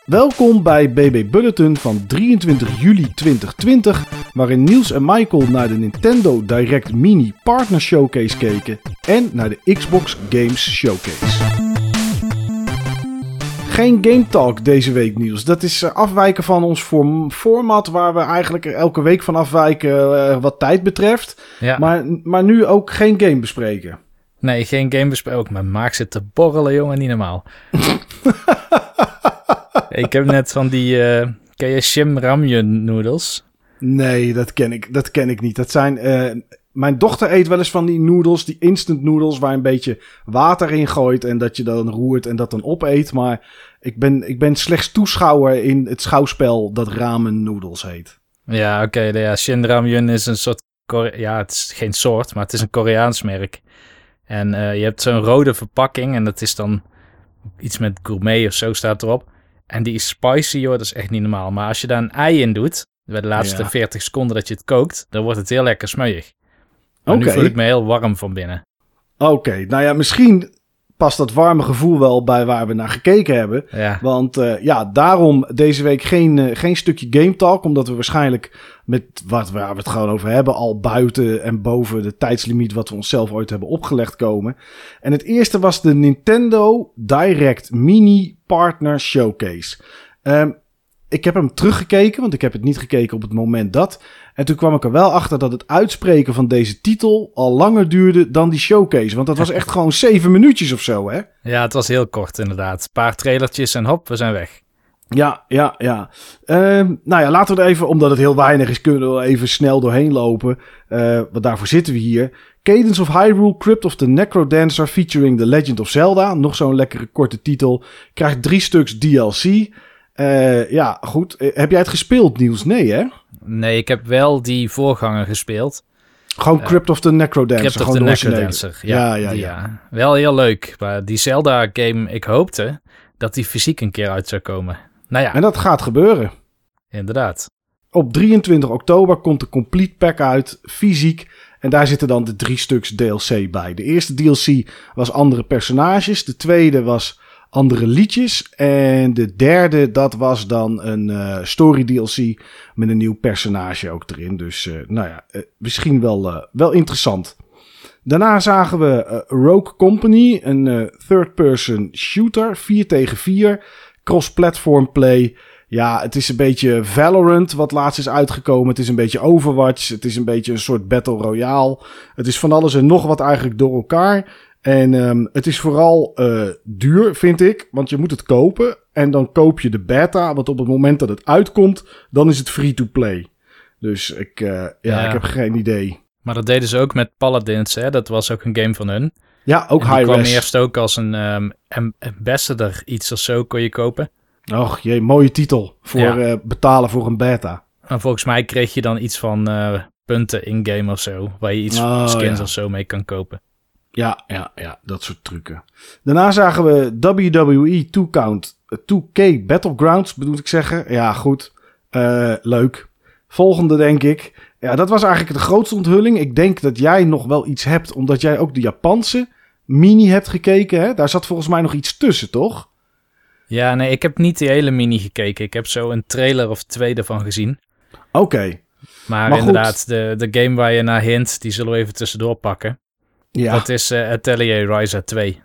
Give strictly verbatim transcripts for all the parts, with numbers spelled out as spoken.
Welkom bij B B Bulletin van drieëntwintig juli tweeduizend twintig, waarin Niels en Michael naar de Nintendo Direct Mini Partner Showcase keken en naar de Xbox Games Showcase. Geen Game Talk deze week, Niels. Dat is afwijken van ons form- format waar we eigenlijk elke week van afwijken uh, wat tijd betreft. Ja. Maar, maar nu ook geen game bespreken. Nee, geen game bespreken. Ook mijn maag zit te borrelen, jongen, niet normaal. Ik heb net van die, uh, ken je Shim Ramyun noodles? Nee, dat ken ik, dat ken ik niet. Dat zijn, uh, mijn dochter eet wel eens van die noodles, die instant noodles, waar je een beetje water in gooit en dat je dan roert en dat dan opeet. Maar ik ben, ik ben slechts toeschouwer in het schouwspel dat ramen noodles heet. Ja, oké. Okay, ja, Shin Ramyun is een soort, Kore- ja, het is geen soort, maar het is een Koreaans merk. En uh, je hebt zo'n rode verpakking en dat is dan iets met gourmet of zo staat erop. En die is spicy, joh, dat is echt niet normaal. Maar als je daar een ei in doet, bij de laatste ja. veertig seconden dat je het kookt, dan wordt het heel lekker smeuig. Maar okay. Nu voel ik me heel warm van binnen. Oké, okay. Nou ja, misschien past dat warme gevoel wel bij waar we naar gekeken hebben. Ja. Want uh, ja, daarom deze week geen, uh, geen stukje Game Talk, omdat we waarschijnlijk met wat waar we het gewoon over hebben, al buiten en boven de tijdslimiet wat we onszelf ooit hebben opgelegd komen. En het eerste was de Nintendo Direct Mini Partner Showcase. Um, ik heb hem teruggekeken, want ik heb het niet gekeken op het moment dat. En toen kwam ik er wel achter dat het uitspreken van deze titel al langer duurde dan die showcase. Want dat was echt gewoon zeven minuutjes of zo, hè? Ja, het was heel kort inderdaad. Een paar trailertjes en hop, we zijn weg. Ja, ja, ja. Um, nou ja, laten we er even, omdat het heel weinig is, kunnen we even snel doorheen lopen. Uh, want daarvoor zitten we hier. Cadence of Hyrule, Crypt of the Necrodancer featuring The Legend of Zelda. Nog zo'n lekkere korte titel. Krijgt drie stuks D L C. Uh, ja, goed. Uh, heb jij het gespeeld, Niels? Nee, hè? Nee, ik heb wel die voorganger gespeeld. Gewoon uh, Crypt of the Necrodancer. Crypt of the Necrodancer, ja, ja, ja, die, ja. ja. Wel heel leuk. Maar die Zelda-game, ik hoopte dat die fysiek een keer uit zou komen. Nou ja. En dat gaat gebeuren. Inderdaad. Op drieëntwintig oktober komt de Complete Pack uit, fysiek. En daar zitten dan de drie stuks D L C bij. De eerste D L C was andere personages. De tweede was andere liedjes. En de derde, dat was dan een uh, story D L C met een nieuw personage ook erin. Dus uh, nou ja, uh, misschien wel, uh, wel interessant. Daarna zagen we uh, Rogue Company, een uh, third-person shooter, vier tegen vier, cross-platform play. Ja, het is een beetje Valorant wat laatst is uitgekomen. Het is een beetje Overwatch. Het is een beetje een soort Battle Royale. Het is van alles en nog wat eigenlijk door elkaar. En um, het is vooral uh, duur, vind ik. Want je moet het kopen. En dan koop je de beta. Want op het moment dat het uitkomt, dan is het free-to-play. Dus ik, uh, ja, ja. ik heb geen idee. Maar dat deden ze ook met Paladins, hè? Dat was ook een game van hun. Ja, ook Hi-Res. Die kwam eerst ook als een um, ambassador iets of zo kon je kopen. Och jee, mooie titel voor ja. uh, betalen voor een beta. En volgens mij kreeg je dan iets van uh, punten in-game of zo. Waar je iets oh, skins ja. of zo mee kan kopen. Ja, ja, ja, dat soort trucken. Daarna zagen we W W E two Count, two K Battlegrounds, bedoel ik zeggen. Ja, goed. Uh, leuk. Volgende, denk ik. Ja, dat was eigenlijk de grootste onthulling. Ik denk dat jij nog wel iets hebt, omdat jij ook de Japanse mini hebt gekeken. Hè? Daar zat volgens mij nog iets tussen, toch? Ja, nee, ik heb niet die hele mini gekeken. Ik heb zo een trailer of twee ervan gezien. Oké. Okay. Maar, maar inderdaad, de, de game waar je naar hint, die zullen we even tussendoor pakken. Ja. Dat is uh, Atelier Ryza twee.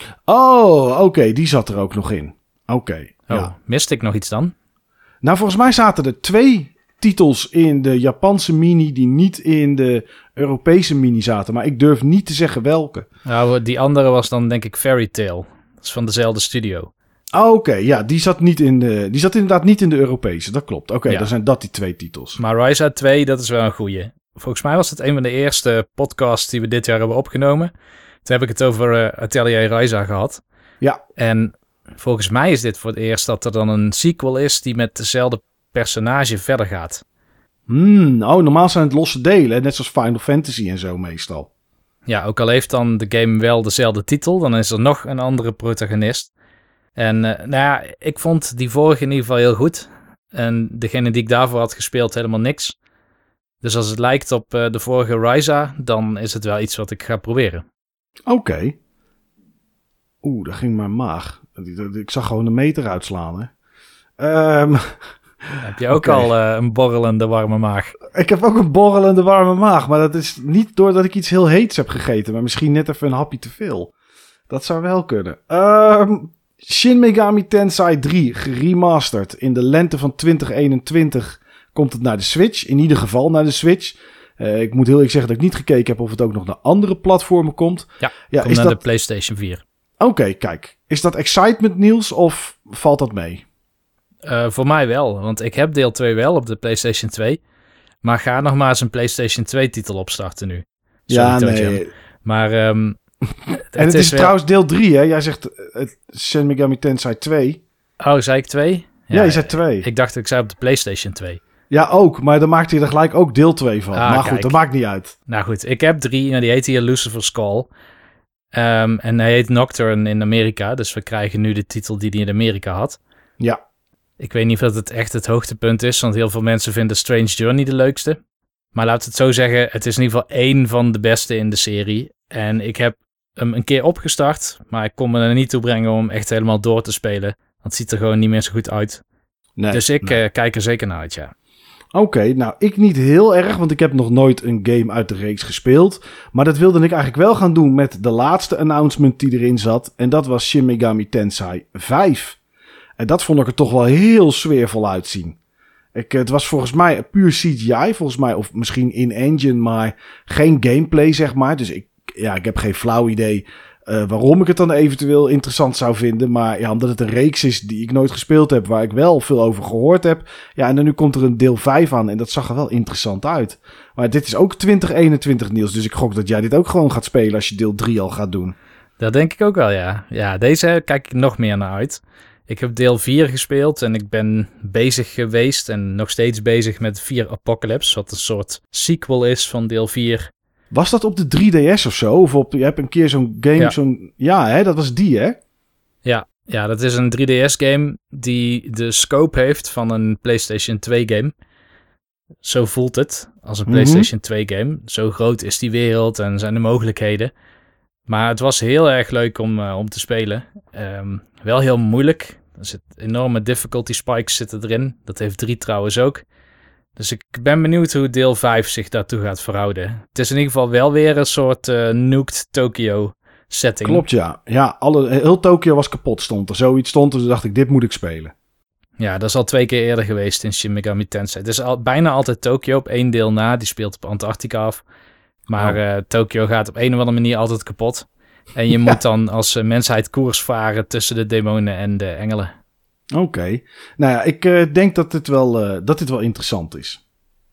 Oh, oké. Okay. Die zat er ook nog in. Oké. Okay. Oh, ja. Miste ik nog iets dan? Nou, volgens mij zaten er twee titels in de Japanse mini die niet in de Europese mini zaten. Maar ik durf niet te zeggen welke. Nou, die andere was dan denk ik Fairy Tail. Dat is van dezelfde studio. Oké, okay, ja, die zat, niet in de, die zat inderdaad niet in de Europese, dat klopt. Oké, okay, ja. Dan zijn dat die twee titels. Maar Ryza twee, dat is wel een goeie. Volgens mij was het een van de eerste podcasts die we dit jaar hebben opgenomen. Toen heb ik het over uh, Atelier Ryza gehad. Ja. En volgens mij is dit voor het eerst dat er dan een sequel is die met dezelfde personage verder gaat. Hmm, oh, normaal zijn het losse delen, net zoals Final Fantasy en zo meestal. Ja, ook al heeft dan de game wel dezelfde titel, dan is er nog een andere protagonist. En uh, nou ja, ik vond die vorige in ieder geval heel goed. En degene die ik daarvoor had gespeeld helemaal niks. Dus als het lijkt op uh, de vorige Ryza, dan is het wel iets wat ik ga proberen. Oké. Okay. Oeh, daar ging mijn maag. Ik zag gewoon de meter uitslaan, hè. Um, Heb je ook okay. al uh, een borrelende warme maag? Ik heb ook een borrelende warme maag. Maar dat is niet doordat ik iets heel heets heb gegeten. Maar misschien net even een hapje te veel. Dat zou wel kunnen. Um, Shin Megami Tensei drie, geremasterd. In de lente van twintig eenentwintig komt het naar de Switch. In ieder geval naar de Switch. Uh, ik moet heel eerlijk zeggen dat ik niet gekeken heb of het ook nog naar andere platformen komt. Ja, ja komt is naar dat... de PlayStation vier. Oké, okay, kijk. Is dat excitement nieuws of valt dat mee? Uh, voor mij wel, want ik heb deel twee wel op de PlayStation twee. Maar ga nog maar eens een PlayStation twee titel opstarten nu. Sorry, ja, Toadjam. nee. Maar... Um, het en het is, is wel... trouwens deel drie, hè? Jij zegt uh, Shin Megami Tensei twee. Oh, zei ik twee? Ja, ja je zei twee. Ik dacht ik zei op de PlayStation twee. Ja, ook. Maar dan maakte je er gelijk ook deel twee van. Ah, maar kijk. goed, dat maakt niet uit. Nou goed, ik heb drie. Nou, die heet hier Lucifer's Call. Um, en hij heet Nocturne in Amerika. Dus we krijgen nu de titel die hij in Amerika had. Ja. Ik weet niet of het echt het hoogtepunt is. Want heel veel mensen vinden Strange Journey de leukste. Maar laat het zo zeggen. Het is in ieder geval één van de beste in de serie. En ik heb hem een keer opgestart. Maar ik kon me er niet toe brengen om echt helemaal door te spelen. Want het ziet er gewoon niet meer zo goed uit. Nee, dus ik nee. uh, kijk er zeker naar uit, ja. Oké, okay, nou ik niet heel erg, want ik heb nog nooit een game uit de reeks gespeeld. Maar dat wilde ik eigenlijk wel gaan doen met de laatste announcement die erin zat. En dat was Shin Megami Tensei vijf. En dat vond ik er toch wel heel sfeervol uitzien. Ik, het was volgens mij puur C G I, volgens mij, of misschien in-engine, maar geen gameplay, zeg maar. Dus ik, ja, ik heb geen flauw idee uh, waarom ik het dan eventueel interessant zou vinden. Maar ja, omdat het een reeks is die ik nooit gespeeld heb, waar ik wel veel over gehoord heb. Ja, en dan nu komt er een deel vijf aan en dat zag er wel interessant uit. Maar dit is ook twintig eenentwintig, Niels, dus ik gok dat jij dit ook gewoon gaat spelen als je deel drie al gaat doen. Dat denk ik ook wel, ja. Ja, deze kijk ik nog meer naar uit. Ik heb deel vier gespeeld en ik ben bezig geweest en nog steeds bezig met vier Apocalypse, wat een soort sequel is van deel vier. Was dat op de drie D S of zo? Of op, je hebt een keer zo'n game, ja. zo'n... Ja, hè, dat was die, hè? Ja, ja, dat is een drie D S game die de scope heeft van een PlayStation twee game. Zo voelt het, als een PlayStation mm-hmm. twee game. Zo groot is die wereld en zijn de mogelijkheden. Maar het was heel erg leuk om, uh, om te spelen. Um, wel heel moeilijk. Er zitten enorme difficulty spikes zitten erin. Dat heeft drie trouwens ook. Dus ik ben benieuwd hoe deel vijf zich daartoe gaat verhouden. Het is in ieder geval wel weer een soort uh, nuked Tokyo setting. Klopt, ja. Ja, alle, heel Tokyo was kapot, stond er. Zoiets stond er, dus dacht ik, dit moet ik spelen. Ja, dat is al twee keer eerder geweest in Shin Megami Tensei. Het is al, bijna altijd Tokyo op één deel na. Die speelt op Antarctica af. Maar oh. uh, Tokyo gaat op een of andere manier altijd kapot. En je ja. moet dan als uh, mensheid koers varen tussen de demonen en de engelen. Oké. Okay. Nou ja, ik uh, denk dat dit, wel, uh, dat dit wel interessant is.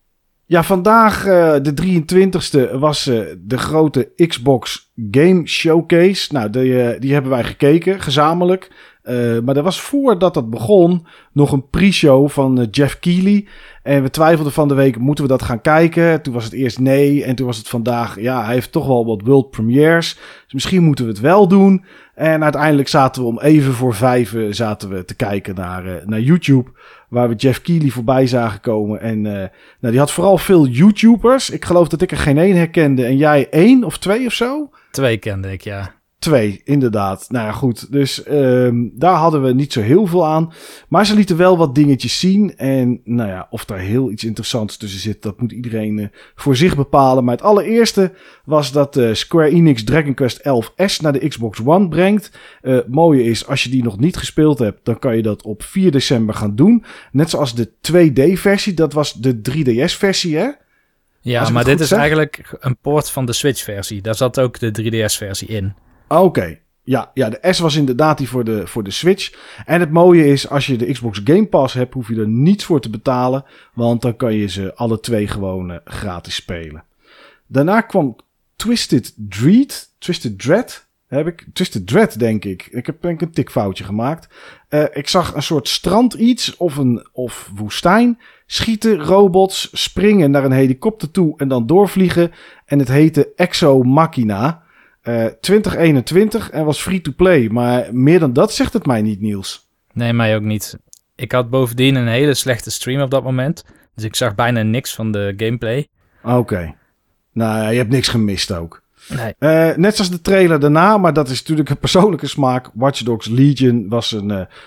Ja, vandaag uh, de drieëntwintigste was uh, de grote Xbox Game Showcase. Nou, die, uh, die hebben wij gekeken, gezamenlijk. Uh, maar er was voordat dat begon nog een pre-show van uh, Jeff Keighley. En we twijfelden van de week, moeten we dat gaan kijken? Toen was het eerst nee. En toen was het vandaag, ja, hij heeft toch wel wat world premieres. Dus misschien moeten we het wel doen. En uiteindelijk zaten we om even voor vijf uh, zaten we te kijken naar, uh, naar YouTube. Waar we Jeff Keighley voorbij zagen komen. En uh, nou, die had vooral veel YouTubers. Ik geloof dat ik er geen één herkende. En jij één of twee of zo? Twee kende ik, ja. Twee, inderdaad. Nou ja, goed. Dus um, daar hadden we niet zo heel veel aan. Maar ze lieten wel wat dingetjes zien. En nou ja, of daar heel iets interessants tussen zit, dat moet iedereen uh, voor zich bepalen. Maar het allereerste was dat uh, Square Enix Dragon Quest elf S naar de Xbox One brengt. Uh, het mooie is, als je die nog niet gespeeld hebt, dan kan je dat op vier december gaan doen. Net zoals de twee D-versie, dat was de drie D S-versie, hè? Ja, maar dit is zeg? eigenlijk een port van de Switch-versie. Daar zat ook de drie D S-versie in. Oké, okay. ja, ja, de S was inderdaad die voor de, voor de Switch. En het mooie is, als je de Xbox Game Pass hebt, hoef je er niets voor te betalen. Want dan kan je ze alle twee gewoon uh, gratis spelen. Daarna kwam Twisted Dread. Twisted Dread heb ik. Twisted Dread, denk ik. Ik heb denk ik een tikfoutje gemaakt. Uh, ik zag een soort strand iets of een of woestijn. Schieten, robots, springen naar een helikopter toe en dan doorvliegen. En het heette Exo Machina. Uh, twintig eenentwintig en was free-to-play. Maar meer dan dat zegt het mij niet, Niels. Nee, mij ook niet. Ik had bovendien een hele slechte stream op dat moment. Dus ik zag bijna niks van de gameplay. Oké. Okay. Nou, je hebt niks gemist ook. Nee. Uh, net zoals de trailer daarna, maar dat is natuurlijk een persoonlijke smaak. Watch Dogs Legion was een... Uh,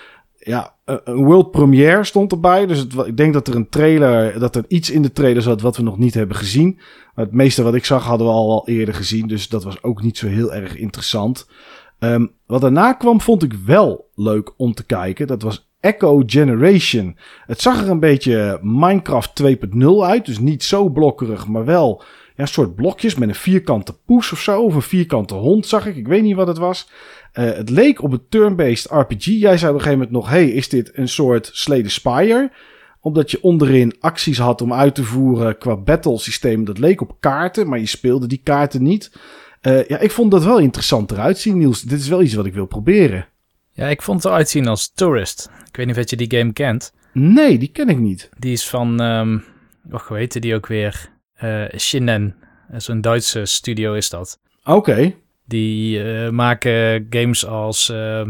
ja, een world premiere stond erbij. Dus het, ik denk dat er een trailer, dat er iets in de trailer zat wat we nog niet hebben gezien. Maar het meeste wat ik zag hadden we al, al eerder gezien. Dus dat was ook niet zo heel erg interessant. Um, wat daarna kwam vond ik wel leuk om te kijken. Dat was Echo Generation. Het zag er een beetje Minecraft twee punt nul uit. Dus niet zo blokkerig, maar wel ja, een soort blokjes met een vierkante poes of zo. Of een vierkante hond zag ik. Ik weet niet wat het was. Uh, het leek op een turn-based R P G. Jij zei op een gegeven moment nog, hey, is dit een soort Slay the Spire? Omdat je onderin acties had om uit te voeren qua battle systeem. Dat leek op kaarten, maar je speelde die kaarten niet. Uh, ja, ik vond dat wel interessant eruit zien, Niels. Dit is wel iets wat ik wil proberen. Ja, ik vond het eruit zien als Tourist. Ik weet niet of je die game kent. Nee, die ken ik niet. Die is van, um, oh, hoe heette die ook weer? Uh, Shinen. Zo'n Duitse studio is dat. Oké. Okay. Die uh, maken games als uh,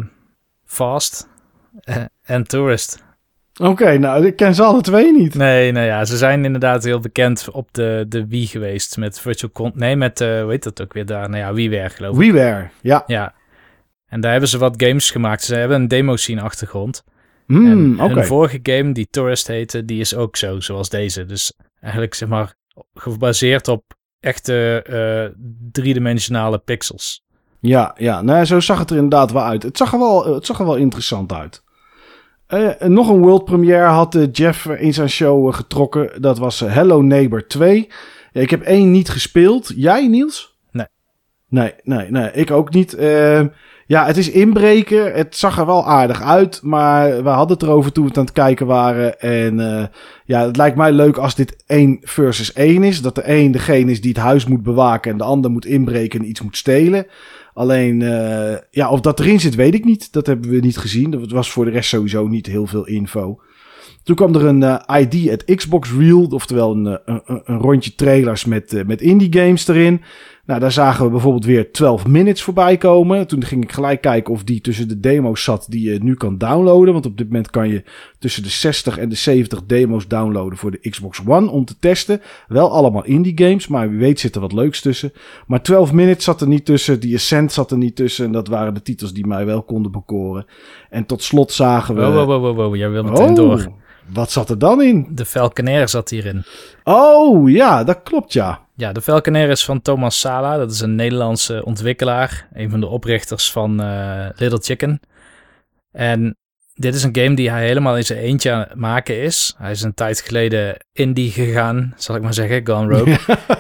Fast en uh, Tourist. Oké, okay, nou, ik ken ze alle twee niet. Nee, nou ja, ze zijn inderdaad heel bekend op de, de Wii geweest. Met Virtual Con... Nee, met, uh, hoe heet dat ook weer daar? Nou ja, WiiWare geloof ik. WiiWare, ja. Ja. En daar hebben ze wat games gemaakt. Ze hebben een demo scene achtergrond. Mm, en okay. hun vorige game, die Tourist heette, die is ook zo, zoals deze. Dus eigenlijk, zeg maar, gebaseerd op echte uh, driedimensionale pixels. Ja, ja. Nou, zo zag het er inderdaad wel uit. Het zag er wel, het zag er wel interessant uit. Uh, nog een world premiere had uh, Jeff in zijn show uh, getrokken. Dat was uh, Hello Neighbor twee. Ja, ik heb één niet gespeeld. Jij, Niels? Nee. Nee, nee, nee. Ik ook niet. Uh, ja, het is inbreken. Het zag er wel aardig uit. Maar we hadden het erover toen we het aan het kijken waren. En uh, ja, het lijkt mij leuk als dit één versus één is. Dat de een degene is die het huis moet bewaken. En de ander moet inbreken en iets moet stelen. Alleen, uh, ja, of dat erin zit, weet ik niet. Dat hebben we niet gezien. Dat was voor de rest sowieso niet heel veel info. Toen kwam er een uh, I D at Xbox Reel. Oftewel een, een, een rondje trailers met, uh, met indie games erin. Nou, daar zagen we bijvoorbeeld weer twaalf minutes voorbij komen. Toen ging ik gelijk kijken of die tussen de demo's zat die je nu kan downloaden. Want op dit moment kan je tussen de zestig en de zeventig demo's downloaden voor de Xbox One om te testen. Wel allemaal indie games, maar wie weet zit er wat leuks tussen. Maar twaalf minutes zat er niet tussen, The Ascent zat er niet tussen. En dat waren de titels die mij wel konden bekoren. En tot slot zagen we... Wow, wow, wow, wow, wow. Jij wil meteen oh, door. Wat zat er dan in? De Falconer zat hierin. Oh, ja, dat klopt, ja. Ja, de Falconer is van Thomas Sala. Dat is een Nederlandse ontwikkelaar. Een van de oprichters van uh, Little Chicken. En dit is een game die hij helemaal in zijn eentje aan het maken is. Hij is een tijd geleden indie gegaan, zal ik maar zeggen. Gone Rogue.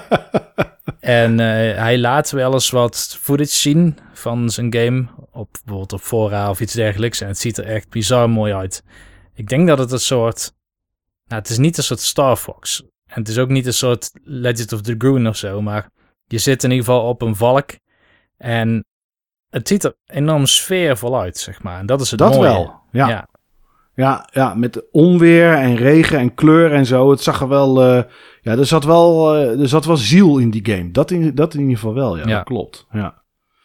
En uh, hij laat wel eens wat footage zien van zijn game. Op, bijvoorbeeld op fora of iets dergelijks. En het ziet er echt bizar mooi uit. Ik denk dat het een soort... Nou, het is niet een soort Star Fox. En het is ook niet een soort Legend of the Dragoon of zo. Maar je zit in ieder geval op een valk. En het ziet er enorm sfeervol uit, zeg maar. En dat is het dat mooie. Dat wel, ja. ja. Ja, ja, met onweer en regen en kleur en zo. Het zag er wel... Uh, ja, er zat wel, uh, er zat wel ziel in die game. Dat in, dat in ieder geval wel, ja. ja. Dat klopt, ja.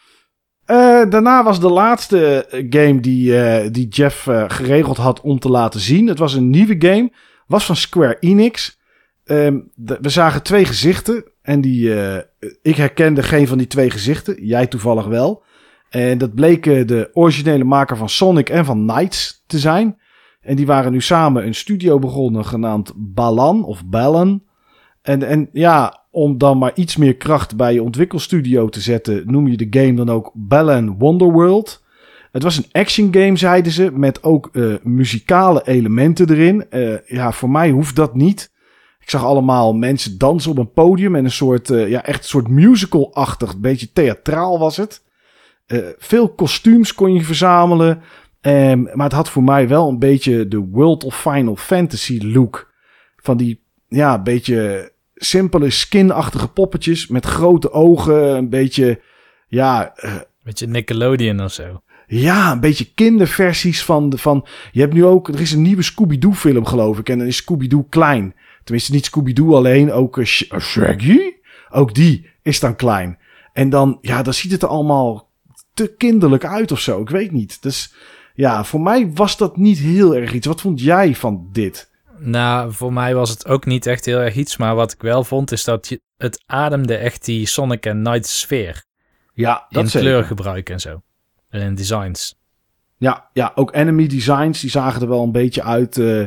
Uh, daarna was de laatste game die, uh, die Jeff uh, geregeld had om te laten zien. Het was een nieuwe game. Was van Square Enix. Um, de, we zagen twee gezichten. En die, uh, ik herkende geen van die twee gezichten. Jij toevallig wel. En dat bleek uh, de originele maker van Sonic en van Knights te zijn. En die waren nu samen een studio begonnen genaamd Balan of Balan. En, en ja, om dan maar iets meer kracht bij je ontwikkelstudio te zetten, noem je de game dan ook Balan Wonderworld. Het was een action game, zeiden ze, met ook uh, muzikale elementen erin. Uh, ja, voor mij hoeft dat niet. Ik zag allemaal mensen dansen op een podium en een soort, uh, ja, echt een soort musical-achtig, een beetje theatraal was het. Uh, veel kostuums kon je verzamelen. Um, maar het had voor mij wel een beetje de World of Final Fantasy look. Van die, ja, een beetje simpele skin-achtige poppetjes met grote ogen. Een beetje, ja... Uh, beetje Nickelodeon of zo. Ja, een beetje kinderversies van, de, van... Je hebt nu ook... Er is een nieuwe Scooby-Doo film, geloof ik. En dan is Scooby-Doo klein. Tenminste, niet Scooby-Doo alleen. Ook uh, Sh- uh, Shaggy. Ook die is dan klein. En dan, ja, dan ziet het er allemaal te kinderlijk uit of zo. Ik weet niet. Dus... Ja, voor mij was dat niet heel erg iets. Wat vond jij van dit? Nou, voor mij was het ook niet echt heel erg iets. Maar wat ik wel vond, is dat je, het ademde echt die Sonic en Knights sfeer. Ja, dat in zeker. kleurgebruik en zo. En in designs. Ja, ja, ook enemy designs, die zagen er wel een beetje uit... Uh,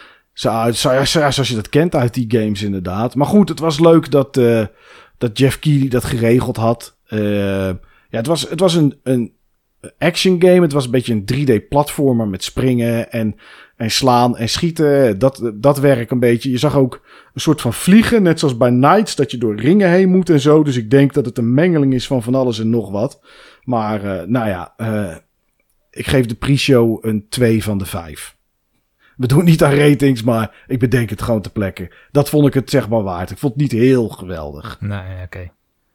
zoals je dat kent uit die games inderdaad. Maar goed, het was leuk dat, uh, dat Jeff Keighley dat geregeld had. Uh, ja, het was, het was een, een action game. Het was een beetje een drie D-platformer met springen en, en slaan en schieten. Dat, dat werk een beetje. Je zag ook een soort van vliegen, net zoals bij Knights, dat je door ringen heen moet en zo. Dus ik denk dat het een mengeling is van van alles en nog wat. Maar uh, nou ja, uh, ik geef de pre-show een twee van de vijf. We doen niet aan ratings, maar ik bedenk het gewoon ter plekke. Dat vond ik het zeg maar waard. Ik vond het niet heel geweldig. Nee, oké. Okay.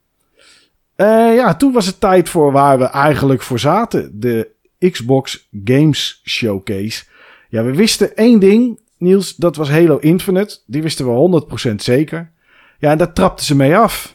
Uh, ja, toen was het tijd voor waar we eigenlijk voor zaten. De Xbox Games Showcase. Ja, we wisten één ding, Niels. Dat was Halo Infinite. Die wisten we honderd procent zeker. Ja, en daar trapten ze mee af.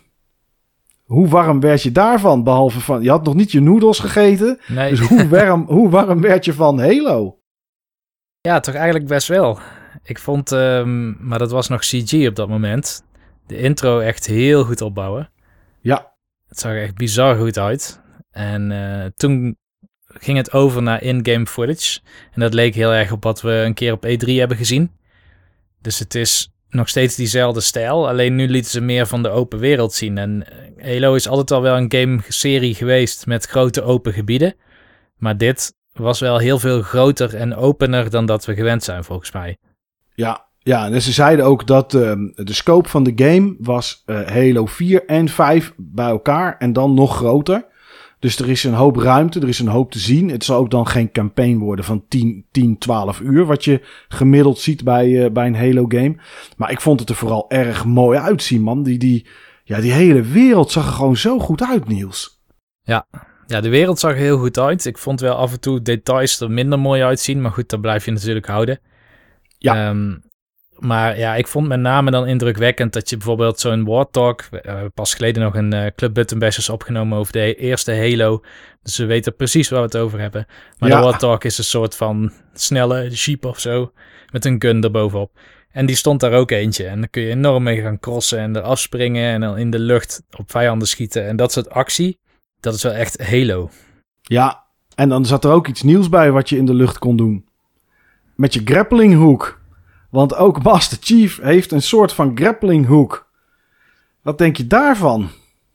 Hoe warm werd je daarvan? Behalve van, je had nog niet je noedels gegeten. Nee. Dus hoe warm, hoe warm werd je van Halo? Ja, toch eigenlijk best wel. Ik vond, um, maar dat was nog C G op dat moment, de intro echt heel goed opbouwen. Ja. Het zag er echt bizar goed uit. En uh, toen ging het over naar in-game footage. En dat leek heel erg op wat we een keer op E drie hebben gezien. Dus het is nog steeds diezelfde stijl. Alleen nu lieten ze meer van de open wereld zien. En Halo is altijd al wel een game-serie geweest met grote open gebieden. Maar dit was wel heel veel groter en opener dan dat we gewend zijn, volgens mij. Ja, ja, en ze zeiden ook dat uh, de scope van de game was uh, Halo vier en vijf bij elkaar en dan nog groter. Dus er is een hoop ruimte, er is een hoop te zien. Het zal ook dan geen campaign worden van tien, twaalf uur, wat je gemiddeld ziet bij, uh, bij een Halo game. Maar ik vond het er vooral erg mooi uitzien, man. Die, die, ja, die hele wereld zag er gewoon zo goed uit, Niels. Ja. Ja, de wereld zag er heel goed uit. Ik vond wel af en toe details er minder mooi uitzien. Maar goed, dat blijf je natuurlijk houden. Ja. Um, maar ja, ik vond met name dan indrukwekkend dat je bijvoorbeeld zo'n Warthog... We hebben pas geleden nog een uh, Club Button Bashers opgenomen over de eerste Halo. Dus we weten precies waar we het over hebben. Maar ja. De Warthog is een soort van snelle jeep of zo. Met een gun erbovenop. En die stond daar ook eentje. En dan kun je enorm mee gaan crossen en eraf springen. En dan in de lucht op vijanden schieten. En dat soort actie... Dat is wel echt Halo. Ja, en dan zat er ook iets nieuws bij wat je in de lucht kon doen. Met je grappling hook. Want ook Master Chief heeft een soort van grappling hook. Wat denk je daarvan?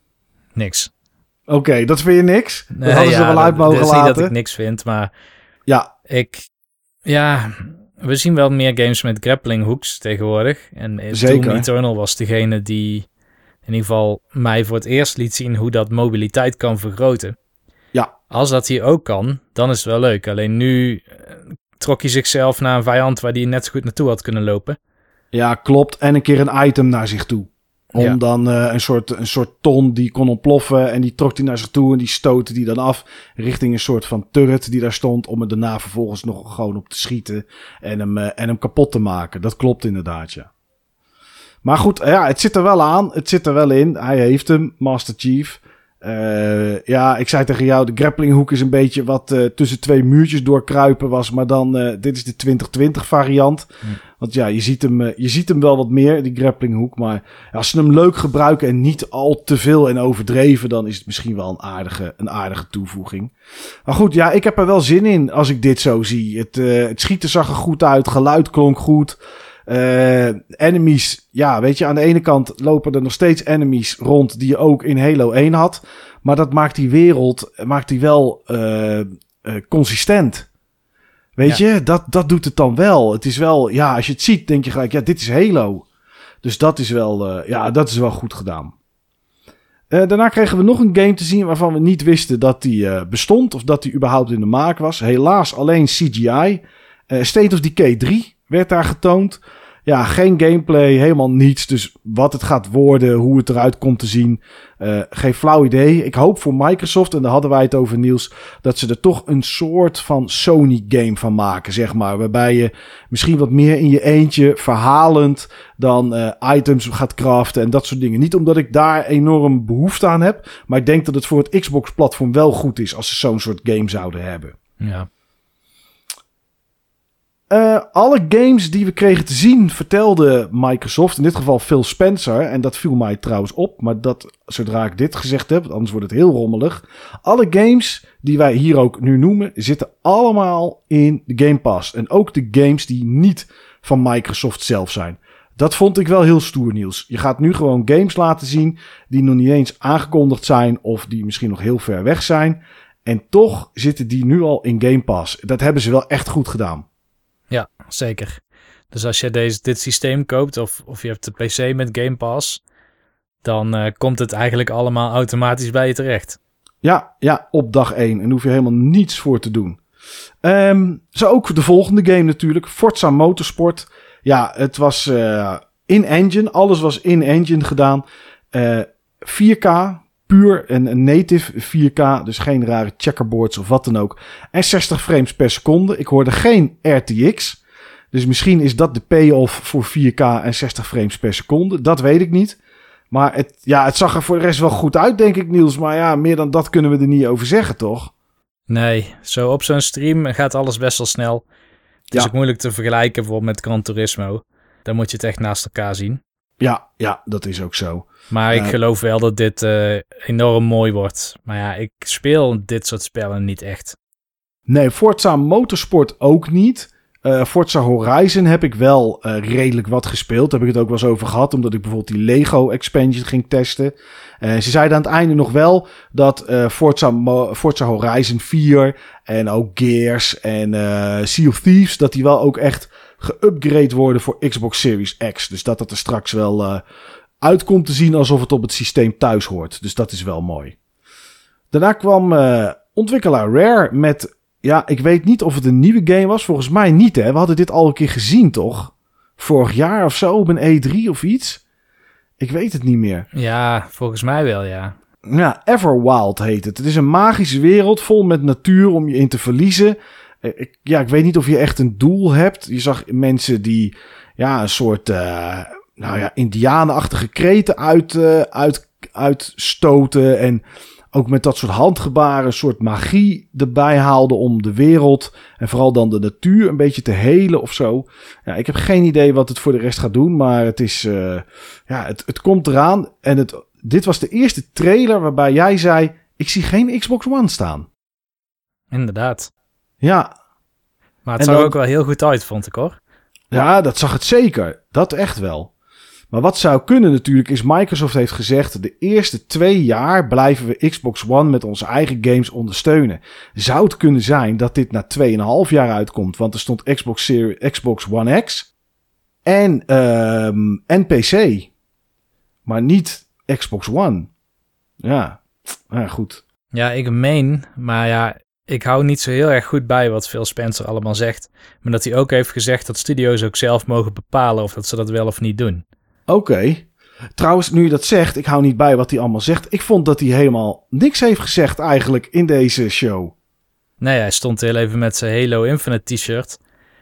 Niks. Oké, okay, dat vind je niks? Nee, dat hadden ja, ze wel uit mogen dat, laten. Dat is niet dat ik niks vind, maar... Ja. Ik... Ja, we zien wel meer games met grappling hooks tegenwoordig. En Zeker. Doom Eternal was degene die... in ieder geval mij voor het eerst liet zien hoe dat mobiliteit kan vergroten. Ja. Als dat hier ook kan, dan is het wel leuk. Alleen nu uh, trok hij zichzelf naar een vijand waar hij net zo goed naartoe had kunnen lopen. Ja, klopt. En een keer een item naar zich toe. Om ja. dan uh, een, soort, een soort ton die kon ontploffen en die trok hij naar zich toe en die stootte die dan af richting een soort van turret die daar stond om er daarna vervolgens nog gewoon op te schieten en hem, uh, en hem kapot te maken. Dat klopt inderdaad, ja. Maar goed, ja, het zit er wel aan. Het zit er wel in. Hij heeft hem, Master Chief. Uh, ja, ik zei tegen jou, de grapplinghoek is een beetje wat uh, tussen twee muurtjes doorkruipen was. Maar dan, uh, dit is de twintig twintig variant. Hm. Want ja, je ziet, hem, uh, je ziet hem wel wat meer, die grapplinghoek. Maar ja, als ze hem leuk gebruiken en niet al te veel en overdreven, dan is het misschien wel een aardige, een aardige toevoeging. Maar goed, ja, ik heb er wel zin in als ik dit zo zie. Het, uh, het schieten zag er goed uit, geluid klonk goed. Uh, enemies, ja, weet je, aan de ene kant lopen er nog steeds enemies rond die je ook in Halo één had. Maar dat maakt die wereld, maakt die wel uh, uh, consistent. Weet ja. je, dat, dat doet het dan wel. Het is wel, ja, als je het ziet, denk je gelijk, ja, dit is Halo. Dus dat is wel, uh, ja, dat is wel goed gedaan. Uh, daarna kregen we nog een game te zien waarvan we niet wisten dat die uh, bestond of dat die überhaupt in de maak was. Helaas alleen C G I. Uh, State of Decay drie werd daar getoond. Ja, geen gameplay, helemaal niets. Dus wat het gaat worden, hoe het eruit komt te zien, uh, geen flauw idee. Ik hoop voor Microsoft, en daar hadden wij het over, Niels, dat ze er toch een soort van Sony-game van maken, zeg maar. Waarbij je misschien wat meer in je eentje verhalend dan uh, items gaat craften en dat soort dingen. Niet omdat ik daar enorm behoefte aan heb, maar ik denk dat het voor het Xbox-platform wel goed is als ze zo'n soort game zouden hebben. Ja. Uh, alle games die we kregen te zien vertelde Microsoft, in dit geval Phil Spencer, en dat viel mij trouwens op, maar dat zodra ik dit gezegd heb, anders wordt het heel rommelig. Alle games die wij hier ook nu noemen, zitten allemaal in de Game Pass. En ook de games die niet van Microsoft zelf zijn. Dat vond ik wel heel stoer, Niels. Je gaat nu gewoon games laten zien die nog niet eens aangekondigd zijn of die misschien nog heel ver weg zijn. En toch zitten die nu al in Game Pass. Dat hebben ze wel echt goed gedaan. Ja, zeker. Dus als je deze, dit systeem koopt of, of je hebt de P C met Game Pass, dan uh, komt het eigenlijk allemaal automatisch bij je terecht. Ja, ja, op dag één. En daar hoef je helemaal niets voor te doen. Um, zo ook de volgende game natuurlijk. Forza Motorsport. Ja, het was uh, in-engine. Alles was in-engine gedaan. Uh, vier K, puur een, een native vier K. Dus geen rare checkerboards of wat dan ook. En zestig frames per seconde. Ik hoorde geen R T X. Dus misschien is dat de payoff voor vier K en zestig frames per seconde. Dat weet ik niet. Maar het, ja, het zag er voor de rest wel goed uit, denk ik, Niels. Maar ja, meer dan dat kunnen we er niet over zeggen, toch? Nee, zo op zo'n stream gaat alles best wel snel. Het is ja. ook moeilijk te vergelijken bijvoorbeeld met Gran Turismo. Dan moet je het echt naast elkaar zien. Ja, ja, dat is ook zo. Maar ik uh, geloof wel dat dit uh, enorm mooi wordt. Maar ja, ik speel dit soort spellen niet echt. Nee, Forza Motorsport ook niet. Uh, Forza Horizon heb ik wel uh, redelijk wat gespeeld. Daar heb ik het ook wel eens over gehad. Omdat ik bijvoorbeeld die Lego expansion ging testen. Uh, ze zeiden aan het einde nog wel dat uh, Forza, Mo- Forza Horizon vier en ook Gears en uh, Sea of Thieves, dat die wel ook echt geupgrade worden voor Xbox Series X. Dus dat dat er straks wel uh, uit komt te zien alsof het op het systeem thuis hoort. Dus dat is wel mooi. Daarna kwam uh, ontwikkelaar Rare met... Ja, ik weet niet of het een nieuwe game was. Volgens mij niet, hè. We hadden dit al een keer gezien, toch? Vorig jaar of zo, op een E drie of iets. Ik weet het niet meer. Ja, volgens mij wel, ja. Ja, Everwild heet het. Het is een magische wereld vol met natuur om je in te verliezen. Ik, ja, ik weet niet of je echt een doel hebt. Je zag mensen die ja, een soort uh, nou ja, indianenachtige kreten uit, uh, uit, uitstoten en... ook met dat soort handgebaren een soort magie erbij haalde om de wereld en vooral dan de natuur een beetje te helen of zo. Ja, ik heb geen idee wat het voor de rest gaat doen, maar het is, uh, ja, het, het komt eraan. En het, dit was de eerste trailer waarbij jij zei, ik zie geen Xbox One staan. Inderdaad. Ja. Maar het en zag dan, ook wel heel goed uit, vond ik hoor. Ja, dat zag het zeker. Dat echt wel. Maar wat zou kunnen natuurlijk is, Microsoft heeft gezegd, de eerste twee jaar blijven we Xbox One met onze eigen games ondersteunen. Zou het kunnen zijn dat dit na twee en een half jaar uitkomt, want er stond Xbox Series, Xbox One X en, um, en P C. Maar niet Xbox One. Ja, ja, goed. Ja, ik meen, maar ja, ik hou niet zo heel erg goed bij wat Phil Spencer allemaal zegt. Maar dat hij ook heeft gezegd dat studio's ook zelf mogen bepalen of dat ze dat wel of niet doen. Oké. Okay. Trouwens, nu je dat zegt, ik hou niet bij wat hij allemaal zegt. Ik vond dat hij helemaal niks heeft gezegd eigenlijk in deze show. Nee, hij stond heel even met zijn Halo Infinite t-shirt.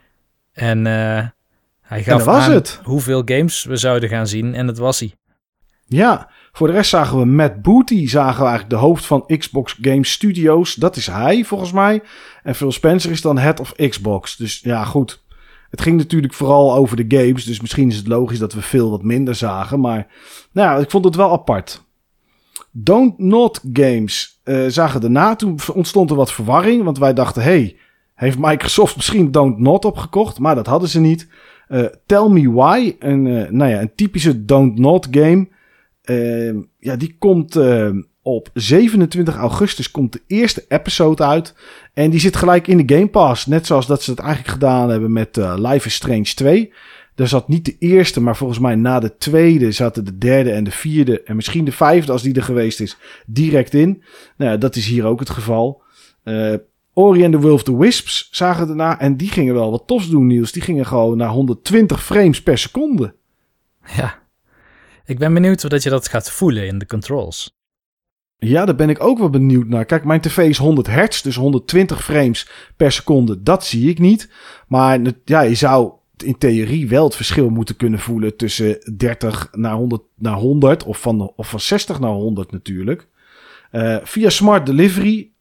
En uh, hij gaf was aan het. hoeveel games we zouden gaan zien. En dat was hij. Ja, voor de rest zagen we Matt Booty, zagen we eigenlijk de hoofd van Xbox Game Studios. Dat is hij volgens mij. En Phil Spencer is dan head of Xbox. Dus ja, goed. Het ging natuurlijk vooral over de games, dus misschien is het logisch dat we veel wat minder zagen. Maar nou, ik vond het wel apart. Don't Not Games uh, zagen daarna. Toen ontstond er wat verwarring, want wij dachten, hey, heeft Microsoft misschien Don't Not opgekocht? Maar dat hadden ze niet. Uh, Tell Me Why, een, uh, nou ja, een typische Don't Not game. Uh, ja, die komt uh, op zevenentwintig augustus komt de eerste episode uit. En die zit gelijk in de Game Pass. Net zoals dat ze het eigenlijk gedaan hebben met uh, Life is Strange twee. Daar zat niet de eerste, maar volgens mij na de tweede zaten de derde en de vierde. En misschien de vijfde, als die er geweest is, direct in. Nou ja, dat is hier ook het geval. Uh, Ori and the Will of the Wisps zagen daarna. En die gingen wel wat tofs doen, Niels. Die gingen gewoon naar honderdtwintig frames per seconde. Ja. Ik ben benieuwd of dat je dat gaat voelen in de controls. Ja, daar ben ik ook wel benieuwd naar. Kijk, mijn tv is honderd hertz, dus honderdtwintig frames per seconde. Dat zie ik niet. Maar ja, je zou in theorie wel het verschil moeten kunnen voelen tussen dertig naar honderd, naar honderd of van, of van zestig naar honderd natuurlijk. Uh, via Smart Delivery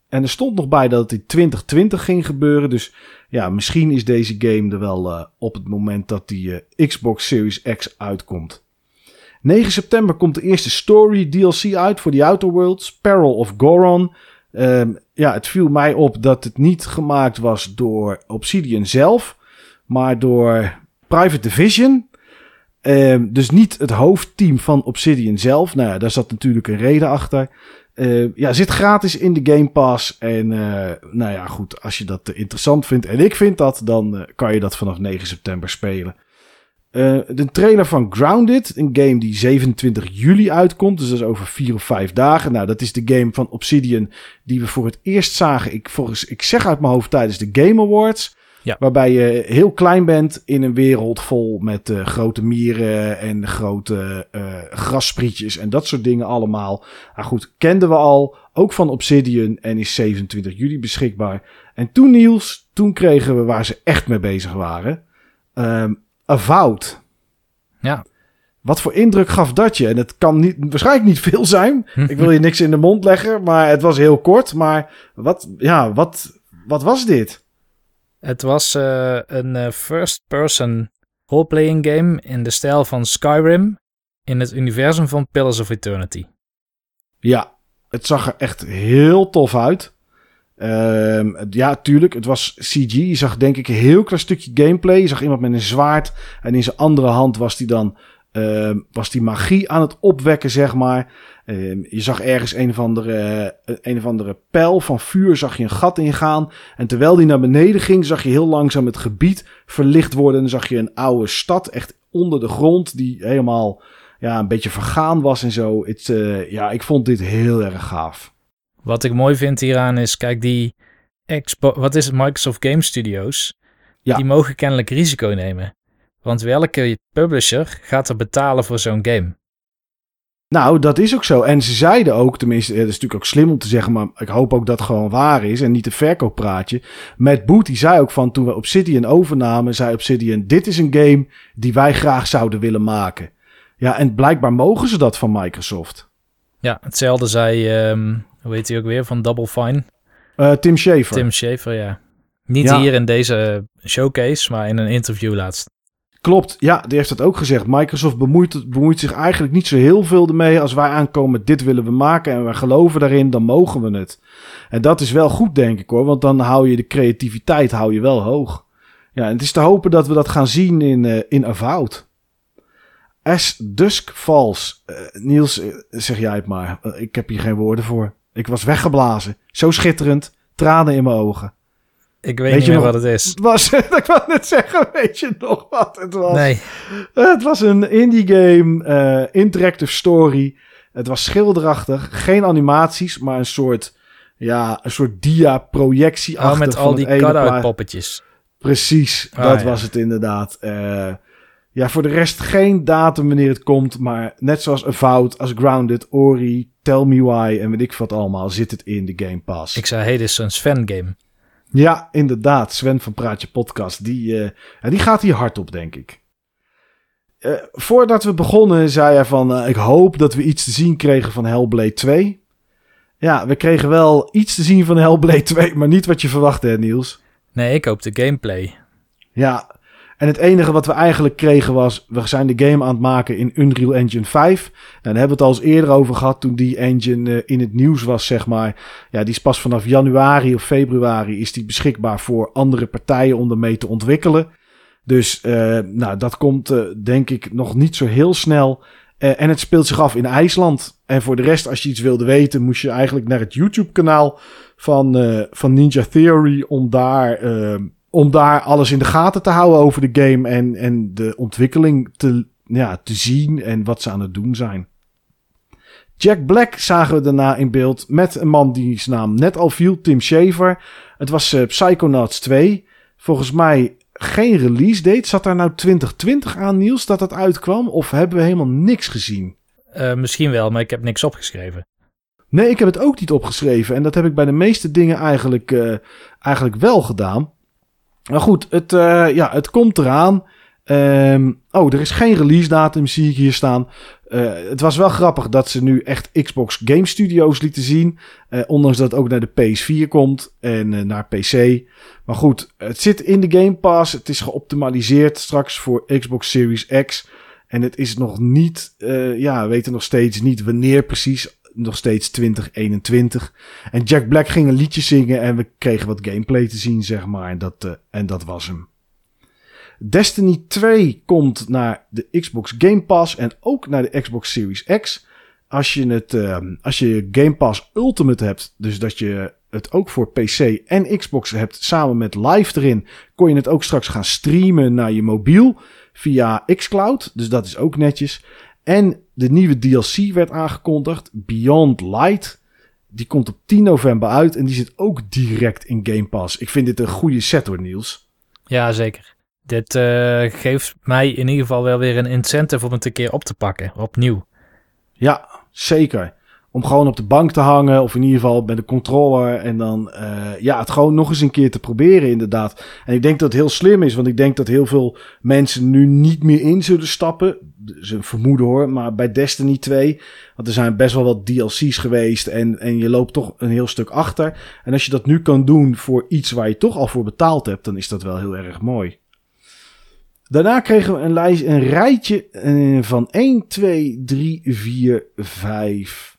En er stond nog bij dat het in twintig twintig ging gebeuren. Dus ja, misschien is deze game er wel uh, op het moment dat die uh, Xbox Series X uitkomt. negen september komt de eerste story D L C uit voor The Outer Worlds, Peril of Goron. Um, ja, het viel mij op dat het niet gemaakt was door Obsidian zelf, maar door Private Division. Um, dus niet het hoofdteam van Obsidian zelf. Nou ja, daar zat natuurlijk een reden achter. Uh, ja, zit gratis in de Game Pass. En uh, nou ja, goed, als je dat uh, interessant vindt, en ik vind dat, dan uh, kan je dat vanaf negen september spelen. Uh, de trailer van Grounded, een game die zevenentwintig juli uitkomt, dus dat is over vier of vijf dagen. Nou, dat is de game van Obsidian die we voor het eerst zagen, ik, volgens, ik zeg uit mijn hoofd tijdens de Game Awards. Ja. Waarbij je heel klein bent in een wereld vol met uh, grote mieren en grote uh, grassprietjes en dat soort dingen allemaal. Maar goed, kenden we al, ook van Obsidian en is zevenentwintig juli beschikbaar. En toen, Niels, toen kregen we waar ze echt mee bezig waren. Um, Avowed. Ja. Wat voor indruk gaf dat je? En het kan niet, waarschijnlijk niet veel zijn. Ik wil je niks in de mond leggen, maar het was heel kort. Maar wat, ja, wat, wat was dit? Het was uh, een uh, first-person role-playing game in de stijl van Skyrim in het universum van Pillars of Eternity. Ja, het zag er echt heel tof uit. Uh, ja, tuurlijk, het was C G. Je zag denk ik een heel klein stukje gameplay. Je zag iemand met een zwaard en in zijn andere hand was die dan uh, was die magie aan het opwekken, zeg maar. Uh, je zag ergens een of andere uh, een of andere pijl van vuur, zag je een gat ingaan. En terwijl die naar beneden ging, zag je heel langzaam het gebied verlicht worden. En dan zag je een oude stad echt onder de grond die helemaal ja, een beetje vergaan was en zo. Het, uh, ja, ik vond dit heel erg gaaf. Wat ik mooi vind hieraan is, kijk, die Expo- wat is het, Microsoft Game Studios, ja. Die mogen kennelijk risico nemen. Want welke publisher gaat er betalen voor zo'n game? Nou, dat is ook zo. En ze zeiden ook, tenminste, het is natuurlijk ook slim om te zeggen, maar ik hoop ook dat het gewoon waar is en niet een verkooppraatje. Matt Booty die zei ook van, toen we Obsidian overnamen, zei Obsidian, dit is een game die wij graag zouden willen maken. Ja, en blijkbaar mogen ze dat van Microsoft. Ja, hetzelfde zei, um, hoe heet hij ook weer, van Double Fine? Uh, Tim Schafer. Tim Schafer, ja. Niet ja. hier in deze showcase, maar in een interview laatst. Klopt, ja, die heeft dat ook gezegd. Microsoft bemoeit, bemoeit zich eigenlijk niet zo heel veel ermee. Als wij aankomen, dit willen we maken en wij geloven daarin, dan mogen we het. En dat is wel goed, denk ik hoor, want dan hou je de creativiteit hou je wel hoog. Ja, en het is te hopen dat we dat gaan zien in, uh, in Avowed. As Dusk Falls. Uh, Niels, uh, zeg jij het maar. Uh, ik heb hier geen woorden voor. Ik was weggeblazen. Zo schitterend. Tranen in mijn ogen. Ik weet, weet niet meer nog, wat het is. Het was, ik wou net zeggen, weet je nog wat het was? Nee. Het was een indie game, uh, interactive story. Het was schilderachtig, geen animaties, maar een soort, ja, een soort dia-projectie achter. Oh, met al die cut-out poppetjes. Precies, oh, dat ja. was het inderdaad. Uh, ja, voor de rest geen datum wanneer het komt, maar net zoals Avowed, als Grounded, Ori, Tell Me Why en weet ik wat allemaal, zit het in de Game Pass. Ik zei, hey, dit is een Sven-game. Ja, inderdaad. Sven van Praatje Podcast. Die, uh, ja, die gaat hier hard op, denk ik. Uh, voordat we begonnen, zei hij van... Uh, ik hoop dat we iets te zien kregen van Hellblade twee. Ja, we kregen wel iets te zien van Hellblade twee... maar niet wat je verwachtte, hè, Niels? Nee, ik hoop de gameplay. Ja, en het enige wat we eigenlijk kregen was... we zijn de game aan het maken in Unreal Engine vijf. Nou, daar hebben we het al eens eerder over gehad... toen die engine uh, in het nieuws was, zeg maar. Ja, die is pas vanaf januari of februari... is die beschikbaar voor andere partijen om ermee te ontwikkelen. Dus uh, nou, dat komt uh, denk ik nog niet zo heel snel. Uh, en het speelt zich af in IJsland. En voor de rest, als je iets wilde weten... moest je eigenlijk naar het YouTube-kanaal van, uh, van Ninja Theory... om daar... Uh, Om daar alles in de gaten te houden over de game en, en de ontwikkeling te, ja, te zien en wat ze aan het doen zijn. Jack Black zagen we daarna in beeld met een man die zijn naam net al viel, Tim Schafer. Het was uh, Psychonauts twee. Volgens mij geen release date. Zat daar nou twintig twintig aan, Niels, dat het uitkwam? Of hebben we helemaal niks gezien? Uh, misschien wel, maar ik heb niks opgeschreven. Nee, ik heb het ook niet opgeschreven. En dat heb ik bij de meeste dingen eigenlijk, uh, eigenlijk wel gedaan. Maar goed, het, uh, ja, het komt eraan. Um, oh, er is geen release datum, zie ik hier staan. Uh, het was wel grappig dat ze nu echt Xbox Game Studios lieten zien. Uh, ondanks dat het ook naar de P S vier komt en uh, naar P C. Maar goed, het zit in de Game Pass. Het is geoptimaliseerd straks voor Xbox Series X. En het is nog niet, uh, ja, we weten nog steeds niet wanneer precies. Nog steeds twintig eenentwintig. En Jack Black ging een liedje zingen en we kregen wat gameplay te zien, zeg maar. En dat, uh, en dat was hem. Destiny twee komt naar de Xbox Game Pass en ook naar de Xbox Series X. Als je het, uh, als je Game Pass Ultimate hebt, dus dat je het ook voor P C en Xbox hebt samen met Live erin, kon je het ook straks gaan streamen naar je mobiel via xCloud. Dus dat is ook netjes. En de nieuwe D L C werd aangekondigd, Beyond Light. Die komt op tien november uit en die zit ook direct in Game Pass. Ik vind dit een goede set hoor, Niels. Ja, zeker. Dit uh, geeft mij in ieder geval wel weer een incentive om het een keer op te pakken, opnieuw. Ja, zeker. Om gewoon op de bank te hangen of in ieder geval met de controller en dan uh, ja, het gewoon nog eens een keer te proberen inderdaad. En ik denk dat het heel slim is, want ik denk dat heel veel mensen nu niet meer in zullen stappen. Ze vermoeden hoor, maar bij Destiny twee, want er zijn best wel wat D L C's geweest en, en je loopt toch een heel stuk achter. En als je dat nu kan doen voor iets waar je toch al voor betaald hebt, dan is dat wel heel erg mooi. Daarna kregen we een lijst, een rijtje uh, van één, twee, drie, vier, vijf...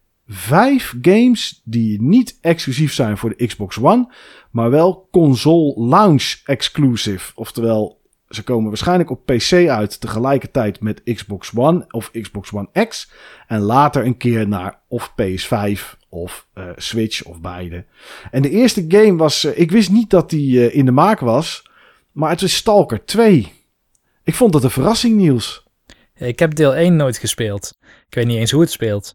Vijf games die niet exclusief zijn voor de Xbox One, maar wel console launch exclusive. Oftewel, ze komen waarschijnlijk op P C uit tegelijkertijd met Xbox One of Xbox One X. En later een keer naar of P S vijf of uh, Switch of beide. En de eerste game was, uh, ik wist niet dat die uh, in de maak was, maar het is Stalker twee. Ik vond dat een verrassing, Niels. Ik heb deel één nooit gespeeld. Ik weet niet eens hoe het speelt.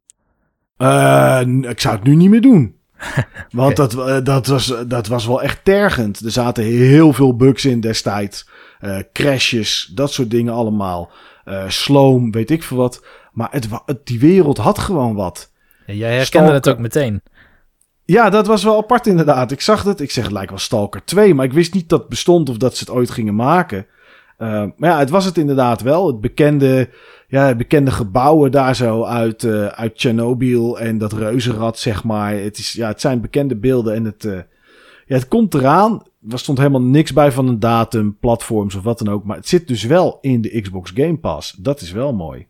Uh, ik zou het nu niet meer doen. Want okay. dat, uh, dat, was, dat was wel echt tergend. Er zaten heel veel bugs in destijds. Uh, crashes, dat soort dingen allemaal. Uh, sloom, weet ik veel wat. Maar het, het, die wereld had gewoon wat. Ja, jij herkende Stalker... het ook meteen. Ja, dat was wel apart inderdaad. Ik zag het. Ik zeg, het lijkt wel Stalker twee. Maar ik wist niet dat het bestond of dat ze het ooit gingen maken. Uh, maar ja, het was het inderdaad wel. Het bekende... Ja, bekende gebouwen daar zo uit, uh, uit Chernobyl en dat reuzenrad, zeg maar. Het, is, ja, het zijn bekende beelden en het, uh, ja, het komt eraan. Er stond helemaal niks bij van een datum, platforms of wat dan ook. Maar het zit dus wel in de Xbox Game Pass. Dat is wel mooi.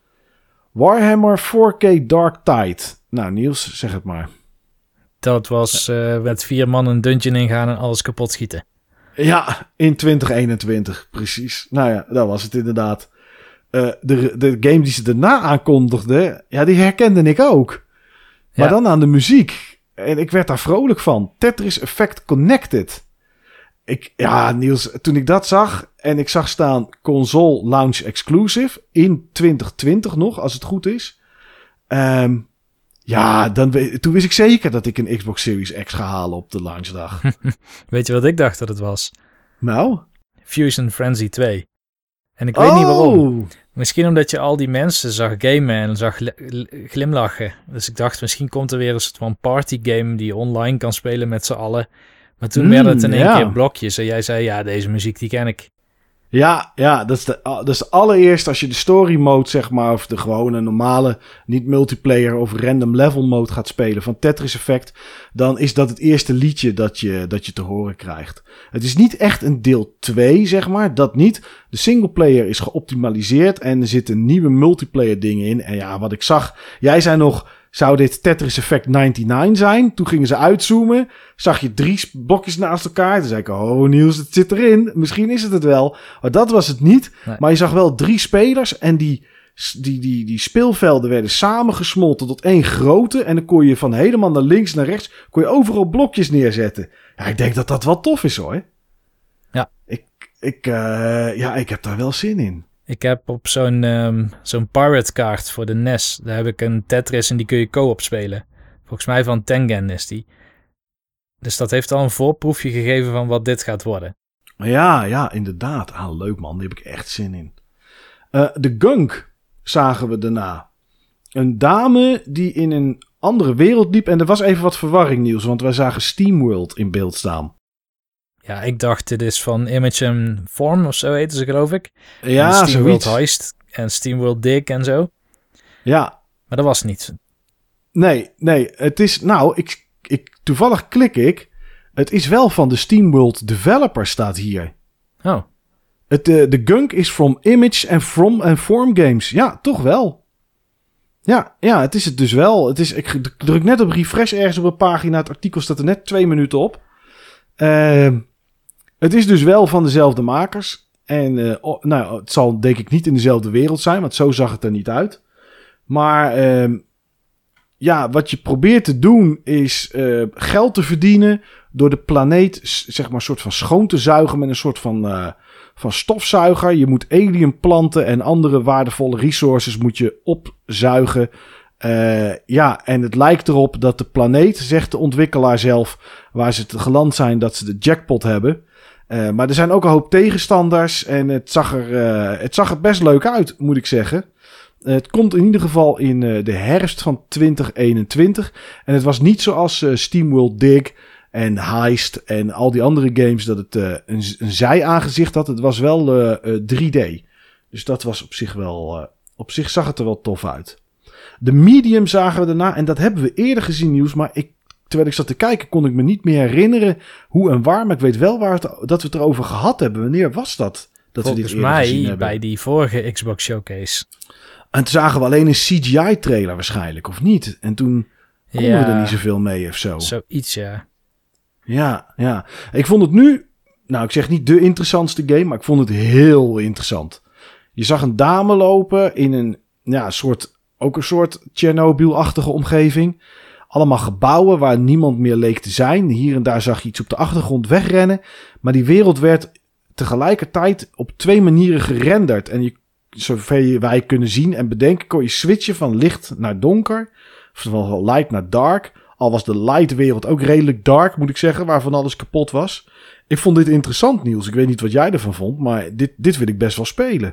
Warhammer four K Dark Tide. Nou, Niels, zeg het maar. Dat was uh, met vier man een dungeon ingaan en alles kapot schieten. Ja, in twintig eenentwintig, precies. Nou ja, dat was het inderdaad. Uh, de, de game die ze daarna aankondigde, ja, die herkende ik ook. Maar ja. Dan aan de muziek. En ik werd daar vrolijk van. Tetris Effect Connected. Ik, ja, Niels, toen ik dat zag en ik zag staan console launch exclusive in twintig twintig nog, als het goed is. Um, ja, dan, toen wist ik zeker dat ik een Xbox Series X ga halen op de launchdag. Weet je wat ik dacht dat het was? Nou? Fusion Frenzy twee. En ik weet oh. niet waarom. Misschien omdat je al die mensen zag gamen en zag glimlachen. Dus ik dacht, misschien komt er weer een soort van partygame die je online kan spelen met z'n allen. Maar toen mm, werd het in één ja. keer blokjes. En jij zei, ja, deze muziek die ken ik. Ja, ja, dat is de, dat is de allereerste als je de story mode, zeg maar, of de gewone normale, niet multiplayer of random level mode gaat spelen van Tetris Effect, dan is dat het eerste liedje dat je, dat je te horen krijgt. Het is niet echt een deel twee, zeg maar, dat niet. De singleplayer is geoptimaliseerd en er zitten nieuwe multiplayer dingen in. En ja, wat ik zag, jij zei nog, zou dit Tetris Effect negenennegentig zijn? Toen gingen ze uitzoomen. Zag je drie blokjes naast elkaar. Toen zei ik, oh Niels, het zit erin. Misschien is het het wel. Maar dat was het niet. Nee. Maar je zag wel drie spelers. En die, die, die, die speelvelden werden samengesmolten tot één grote. En dan kon je van helemaal naar links naar rechts, kon je overal blokjes neerzetten. Ja, ik denk dat dat wel tof is hoor. Ja. Ik, ik, uh, ja, ik heb daar wel zin in. Ik heb op zo'n, um, zo'n pirate kaart voor de N E S, daar heb ik een Tetris en die kun je co-op spelen. Volgens mij van Tengen is die. Dus dat heeft al een voorproefje gegeven van wat dit gaat worden. Ja, ja, inderdaad. Ah, leuk man, daar heb ik echt zin in. Uh, de Gunk zagen we daarna. Een dame die in een andere wereld liep. En er was even wat verwarring, Niels, want wij zagen SteamWorld in beeld staan. Ja, ik dacht dit is van Image and Form of zo heten ze, geloof ik. Ja, SteamWorld Heist en SteamWorld Dig en zo. Ja. Maar dat was niet. Nee, nee. Het is... Nou, ik, ik, toevallig klik ik. Het is wel van de SteamWorld developer, staat hier. Oh. Het, uh, de gunk is from Image and from and Form Games. Ja, toch wel. Ja, ja, het is het dus wel. Het is, ik druk net op refresh ergens op een pagina. Het artikel staat er net twee minuten op. Uh, het is dus wel van dezelfde makers. En uh, oh, nou, het zal denk ik niet in dezelfde wereld zijn, want zo zag het er niet uit. Maar uh, ja, wat je probeert te doen is uh, geld te verdienen door de planeet, zeg maar, een soort van schoon te zuigen met een soort van, uh, van stofzuiger. Je moet alien planten en andere waardevolle resources moet je opzuigen. Uh, ja, en het lijkt erop dat de planeet, zegt de ontwikkelaar zelf, waar ze te geland zijn, dat ze de jackpot hebben. Uh, maar er zijn ook een hoop tegenstanders en het zag er, uh, het zag er best leuk uit, moet ik zeggen. Uh, het komt in ieder geval in uh, de herfst van twintig eenentwintig. En het was niet zoals uh, SteamWorld Dig en Heist en al die andere games dat het uh, een, een zij-aangezicht had. Het was wel uh, uh, drie D. Dus dat was op zich wel... Uh, op zich zag het er wel tof uit. De medium zagen we daarna. En dat hebben we eerder gezien nieuws. Maar ik, terwijl ik zat te kijken kon ik me niet meer herinneren hoe en waar. Maar ik weet wel waar het, dat we het erover gehad hebben. Wanneer was dat? Dat Volgens we dit eerder gezien hebben. bij die vorige Xbox Showcase. En toen zagen we alleen een C G I-trailer waarschijnlijk, of niet? En toen konden ja, we er niet zoveel mee of zo. Zoiets, ja. Ja, ja. Ik vond het nu... Nou, ik zeg niet de interessantste game, maar ik vond het heel interessant. Je zag een dame lopen in een... Ja, soort... Ook een soort Chernobyl-achtige omgeving. Allemaal gebouwen waar niemand meer leek te zijn. Hier en daar zag je iets op de achtergrond wegrennen. Maar die wereld werd tegelijkertijd op twee manieren gerenderd. En je, zover wij kunnen zien en bedenken, kon je switchen van licht naar donker. Of van light naar dark. Al was de light wereld ook redelijk dark, moet ik zeggen, waarvan alles kapot was. Ik vond dit interessant, Niels. Ik weet niet wat jij ervan vond, maar dit, dit wil ik best wel spelen.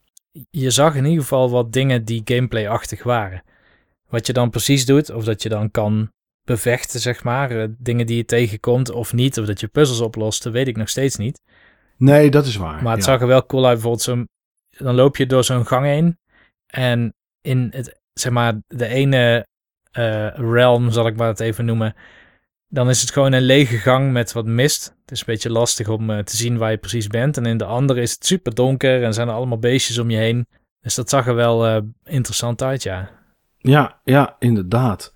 Je zag in ieder geval wat dingen die gameplay-achtig waren. Wat je dan precies doet, of dat je dan kan bevechten, zeg maar. Uh, dingen die je tegenkomt of niet, of dat je puzzels oplost, dat weet ik nog steeds niet. Nee, dat is waar. Maar het ja. zag er wel cool uit. Bijvoorbeeld zo'n, dan loop je door zo'n gang heen en in het, zeg maar, de ene uh, realm, zal ik maar het even noemen, dan is het gewoon een lege gang met wat mist. Het is een beetje lastig om uh, te zien waar je precies bent. En in de andere is het super donker en zijn er allemaal beestjes om je heen. Dus dat zag er wel uh, interessant uit, ja. Ja, ja, inderdaad.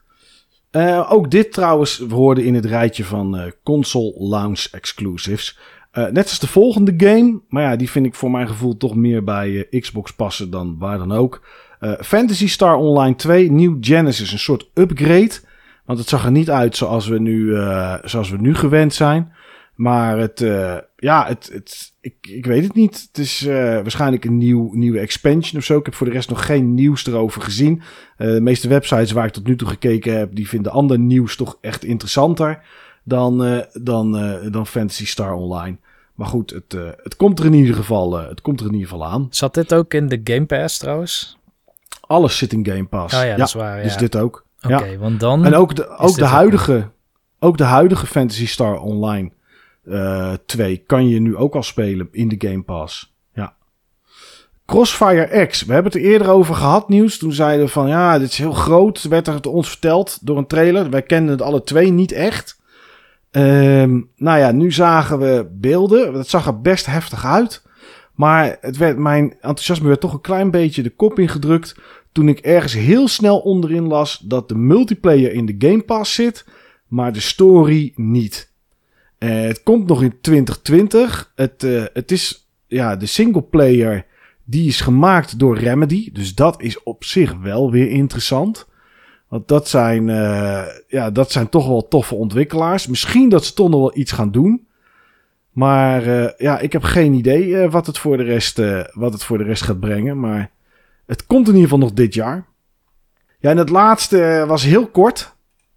Uh, ook dit trouwens, we hoorden in het rijtje van uh, console launch exclusives. Uh, net als de volgende game, maar ja, die vind ik voor mijn gevoel toch meer bij uh, Xbox passen dan waar dan ook. Uh, Phantasy Star Online twee, New Genesis, een soort upgrade. Want het zag er niet uit zoals we nu, uh, zoals we nu gewend zijn. Maar het, uh, ja, het, het, ik, ik weet het niet. Het is uh, waarschijnlijk een nieuw, nieuwe expansion of zo. Ik heb voor de rest nog geen nieuws erover gezien. Uh, de meeste websites waar ik tot nu toe gekeken heb, die vinden ander nieuws toch echt interessanter dan, uh, dan, uh, dan Phantasy Star Online. Maar goed, het, uh, het komt er in ieder geval, uh, het komt er in ieder geval aan. Zat dit ook in de Game Pass trouwens? Alles zit in Game Pass. Oh ja, dat is waar. Ja. Dus dit ook. Oké, okay, ja. want dan. En ook de, ook de huidige, ook, ook de huidige Phantasy Star Online uh, twee kan je nu ook al spelen in de Game Pass. Ja. Crossfire X. We hebben het er eerder over gehad, nieuws. Toen zeiden we van ja, dit is heel groot. Werd er ons verteld door een trailer. Wij kenden het alle twee niet echt. Um, nou ja, nu zagen we beelden. Het zag er best heftig uit. Maar het werd, mijn enthousiasme werd toch een klein beetje de kop ingedrukt toen ik ergens heel snel onderin las dat de multiplayer in de Game Pass zit, maar de story niet. Uh, het komt nog in twintig twintig. Het, uh, het is, ja, de singleplayer die is gemaakt door Remedy. Dus dat is op zich wel weer interessant. Want dat zijn, uh, ja, dat zijn toch wel toffe ontwikkelaars. Misschien dat ze toch nog wel iets gaan doen. Maar uh, ja, ik heb geen idee uh, wat, het voor de rest, uh, wat het voor de rest gaat brengen. Maar het komt in ieder geval nog dit jaar. Ja, en het laatste uh, was heel kort.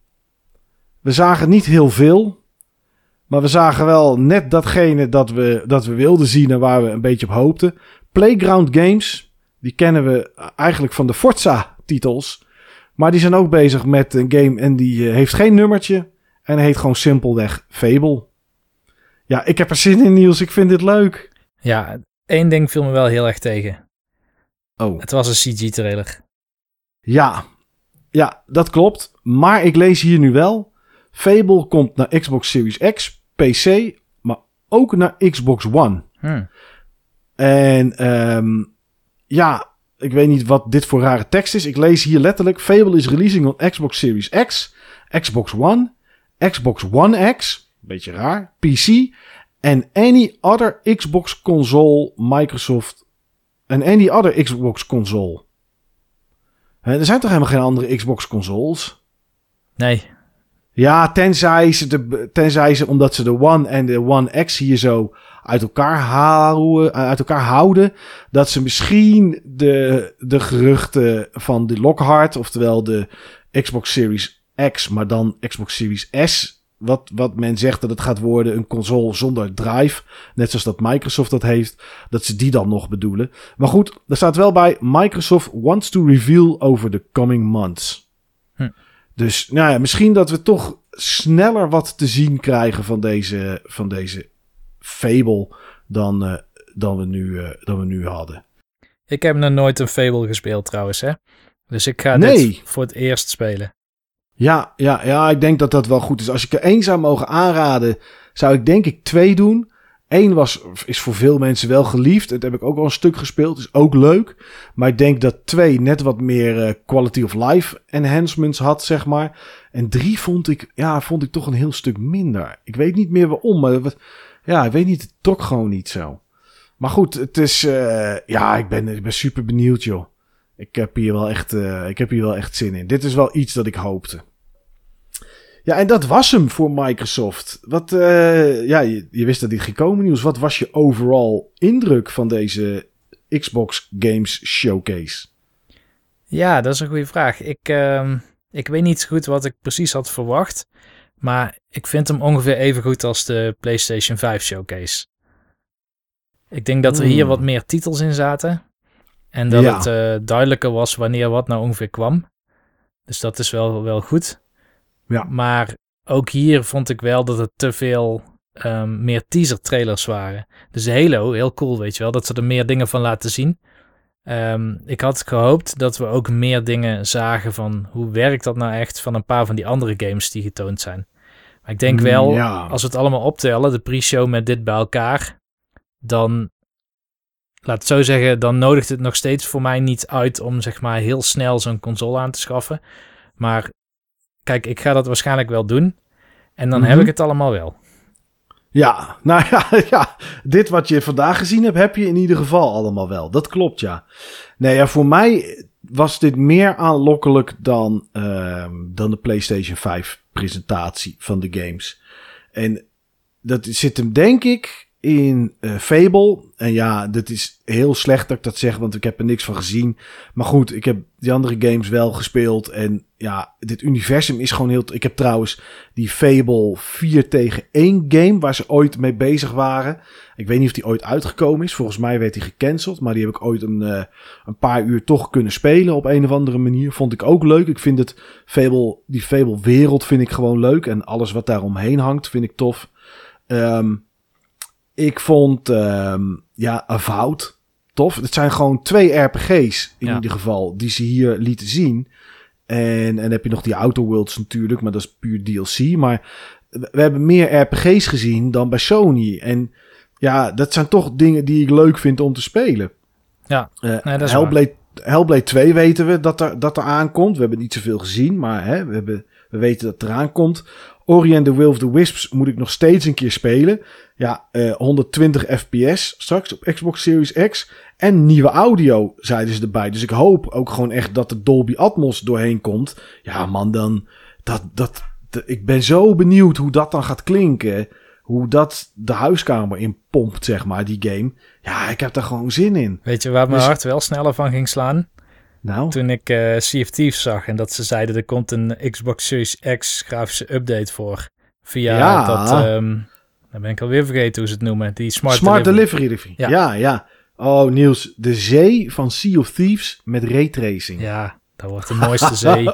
We zagen niet heel veel. Maar we zagen wel net datgene dat we, dat we wilden zien en waar we een beetje op hoopten. Playground Games, die kennen we eigenlijk van de Forza-titels. Maar die zijn ook bezig met een game en die uh, heeft geen nummertje. En heet gewoon simpelweg Fable. Ja, ik heb er zin in, Niels. Ik vind dit leuk. Ja, één ding viel me wel heel erg tegen. Oh. Het was een C G-trailer. Ja, ja, dat klopt. Maar ik lees hier nu wel. Fable komt naar Xbox Series X, P C, maar ook naar Xbox One. Hmm. En um, ja, ik weet niet wat dit voor rare tekst is. Ik lees hier letterlijk: Fable is releasing on Xbox Series X, Xbox One, Xbox One X, beetje raar, P C, en any other Xbox console, Microsoft, en any other Xbox console. He, er zijn toch helemaal geen andere Xbox consoles? Nee. Ja, tenzij ze, de, tenzij ze, omdat ze de One en de One X hier zo uit elkaar houden, uit elkaar houden, dat ze misschien de, de geruchten van de Lockhart, oftewel de Xbox Series X, maar dan Xbox Series S, wat, wat men zegt dat het gaat worden, een console zonder drive, net zoals dat Microsoft dat heeft, dat ze die dan nog bedoelen. Maar goed, er staat wel bij: Microsoft wants to reveal over the coming months. Hm. Dus nou ja, misschien dat we toch sneller wat te zien krijgen van deze, van deze Fable dan, uh, dan, we nu, uh, dan we nu hadden. Ik heb nog nooit een Fable gespeeld trouwens, hè. Dus ik ga nee. dit voor het eerst spelen. Ja, ja, ja, ik denk dat dat wel goed is. Als ik er één zou mogen aanraden, zou ik denk ik twee doen. Eén was, is voor veel mensen wel geliefd. Dat heb ik ook al een stuk gespeeld. Is ook leuk. Maar ik denk dat twee net wat meer uh, quality of life enhancements had, zeg maar. En drie vond ik, ja, vond ik toch een heel stuk minder. Ik weet niet meer waarom, maar wat, ja, ik weet niet, het trok gewoon niet zo. Maar goed, het is, uh, ja, ik ben, ik ben super benieuwd, joh. Ik heb hier wel echt, uh, ik heb hier wel echt zin in. Dit is wel iets dat ik hoopte. Ja, en dat was hem voor Microsoft. Wat, uh, ja, je, je wist dat dit ging komen, Niels. Wat was je overall indruk van deze Xbox Games Showcase? Ja, dat is een goede vraag. Ik, uh, ik weet niet goed wat ik precies had verwacht. Maar ik vind hem ongeveer even goed als de PlayStation vijf Showcase. Ik denk dat er hier Hmm. wat meer titels in zaten. En dat Ja. het uh, duidelijker was wanneer wat nou ongeveer kwam. Dus dat is wel, wel goed. Ja. Maar ook hier vond ik wel dat het te veel um, meer teaser trailers waren. Dus Halo, heel cool, weet je wel, dat ze er meer dingen van laten zien. Um, ik had gehoopt dat we ook meer dingen zagen van hoe werkt dat nou echt van een paar van die andere games die getoond zijn. Maar ik denk wel, Ja. als we het allemaal optellen, de pre-show met dit bij elkaar, dan, laat het zo zeggen, dan nodigt het nog steeds voor mij niet uit om zeg maar heel snel zo'n console aan te schaffen. Maar kijk, ik ga dat waarschijnlijk wel doen. En dan Mm-hmm. heb ik het allemaal wel. Ja, nou ja, ja, dit wat je vandaag gezien hebt, heb je in ieder geval allemaal wel. Dat klopt, ja. Nee, ja, voor mij was dit meer aanlokkelijk dan, uh, dan de PlayStation vijf presentatie van de games. En dat zit hem denk ik in uh, Fable. En ja, dat is heel slecht dat ik dat zeg, want ik heb er niks van gezien. Maar goed, ik heb die andere games wel gespeeld. En ja, dit universum is gewoon heel... Ik heb trouwens die Fable vier tegen één game, waar ze ooit mee bezig waren. Ik weet niet of die ooit uitgekomen is. Volgens mij werd die gecanceld. Maar die heb ik ooit een, uh, een paar uur toch kunnen spelen op een of andere manier. Vond ik ook leuk. Ik vind het Fable, die Fable wereld vind ik gewoon leuk. En alles wat daar omheen hangt vind ik tof. Um, ik vond, um, ja, Avowed tof. Het zijn gewoon twee R P G's in Ja. ieder geval, die ze hier lieten zien. En, en dan heb je nog die Outer Worlds natuurlijk, maar dat is puur D L C. Maar we hebben meer R P G's gezien dan bij Sony. En ja, dat zijn toch dingen die ik leuk vind om te spelen. Ja, Uh, nee, dat is Hellblade, Hellblade twee weten we dat er, dat er aankomt. We hebben niet zoveel gezien, maar hè, we, hebben, we weten dat het eraan komt. Ori and the Will of the Wisps moet ik nog steeds een keer spelen. Ja, uh, honderdtwintig F P S straks op Xbox Series X. En nieuwe audio, zeiden ze erbij. Dus ik hoop ook gewoon echt dat de Dolby Atmos doorheen komt. Ja man, dan... Dat, dat, de, ik ben zo benieuwd hoe dat dan gaat klinken. Hoe dat de huiskamer in pompt, zeg maar, die game. Ja, ik heb daar gewoon zin in. Weet je waar mijn Dus- hart wel sneller van ging slaan? Nou, Toen ik uh, Sea of Thieves zag en dat ze zeiden er komt een Xbox Series X grafische update voor. Via Ja. dat, um, dan ben ik alweer vergeten hoe ze het noemen. Die Smart, Smart Delivery. Delivery. Ja. Ja. ja, ja. Oh, Niels, de zee van Sea of Thieves met raytracing. Ja, dat wordt de mooiste zee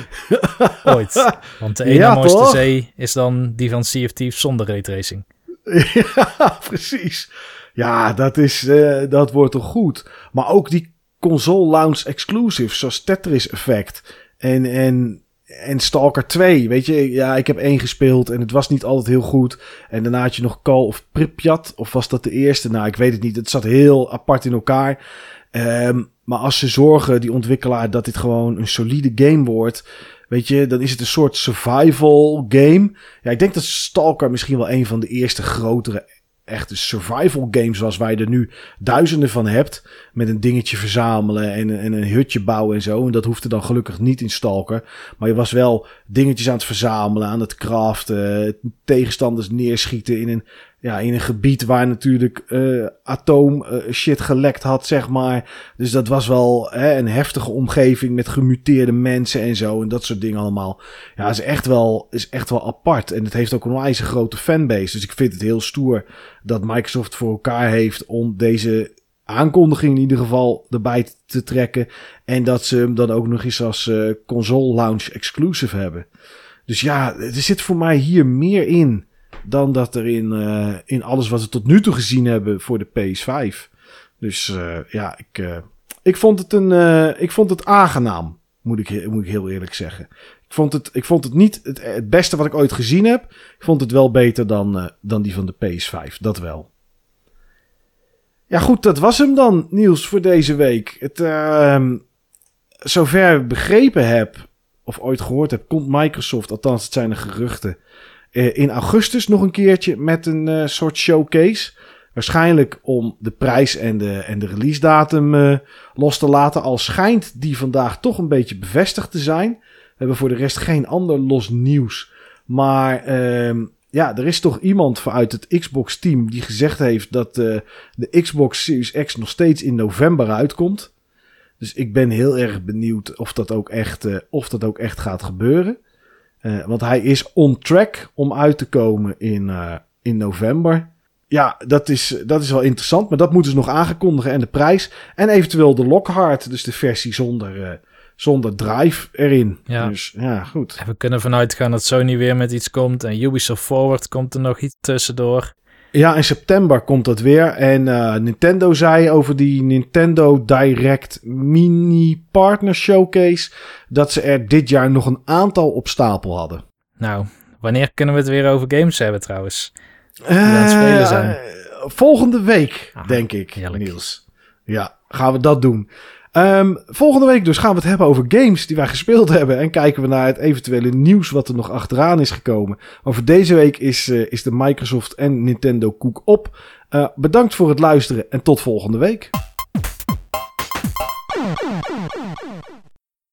ooit. Want de ene Ja, mooiste toch? zee is dan die van Sea of Thieves zonder raytracing. Ja, precies. Ja, dat, is, uh, dat wordt toch goed. Maar ook die console launch exclusives, zoals Tetris Effect en, en, en Stalker twee. Weet je, ja, ik heb één gespeeld en het was niet altijd heel goed. En daarna had je nog Call of Pripyat, of was dat de eerste? Nou, ik weet het niet. Het zat heel apart in elkaar. Um, maar als ze zorgen, die ontwikkelaar, dat dit gewoon een solide game wordt, weet je, dan is het een soort survival game. Ja, ik denk dat Stalker misschien wel een van de eerste grotere echte survival games was, waar je er nu duizenden van hebt, met een dingetje verzamelen en, en een hutje bouwen en zo. En dat hoefde dan gelukkig niet in Stalker. Maar je was wel dingetjes aan het verzamelen, aan het craften, tegenstanders neerschieten in een, ja, in een gebied waar natuurlijk uh, atoom uh, shit gelekt had, zeg maar. Dus dat was wel hè, een heftige omgeving met gemuteerde mensen en zo. En dat soort dingen allemaal. Ja, is echt wel, is echt wel apart. En het heeft ook een onwijs grote fanbase. Dus ik vind het heel stoer dat Microsoft voor elkaar heeft om deze aankondiging in ieder geval erbij te trekken. En dat ze hem dan ook nog eens als uh, console launch exclusive hebben. Dus ja, er zit voor mij hier meer in dan dat er in, uh, in alles wat we tot nu toe gezien hebben voor de P S vijf. Dus uh, ja, ik, uh, ik vond het een, uh, ik vond het aangenaam, moet ik, moet ik heel eerlijk zeggen. Ik vond het, ik vond het niet het, het beste wat ik ooit gezien heb. Ik vond het wel beter dan, uh, dan die van de P S vijf, dat wel. Ja goed, dat was hem dan, Niels, voor deze week. Het, uh, zover ik begrepen heb, of ooit gehoord heb, komt Microsoft, althans het zijn de geruchten, Uh, in augustus nog een keertje met een uh, soort showcase. Waarschijnlijk om de prijs en de, en de release datum uh, los te laten. Al schijnt die vandaag toch een beetje bevestigd te zijn. We hebben voor de rest geen ander los nieuws. Maar uh, ja, er is toch iemand vanuit het Xbox team die gezegd heeft dat uh, de Xbox Series X nog steeds in november uitkomt. Dus ik ben heel erg benieuwd of dat ook echt, uh, of dat ook echt gaat gebeuren. Uh, want hij is on track om uit te komen in, uh, in november. Ja, dat is, dat is wel interessant. Maar dat moeten ze nog aangekondigen. En de prijs. En eventueel de Lockhart. Dus de versie zonder, uh, zonder drive erin. Ja. Dus ja, goed. En we kunnen vanuit gaan dat Sony weer met iets komt. En Ubisoft Forward komt er nog iets tussendoor. Ja, in september komt dat weer. En uh, Nintendo zei over die Nintendo Direct Mini Partner Showcase dat ze er dit jaar nog een aantal op stapel hadden. Nou, wanneer kunnen we het weer over games hebben trouwens? Die uh, aan het spelen zijn. Uh, volgende week, ah, denk ik, heerlijk. Niels. Ja, gaan we dat doen. Um, volgende week dus gaan we het hebben over games die wij gespeeld hebben. En kijken we naar het eventuele nieuws wat er nog achteraan is gekomen. Maar voor deze week is, uh, is de Microsoft en Nintendo koek op. Uh, bedankt voor het luisteren en tot volgende week.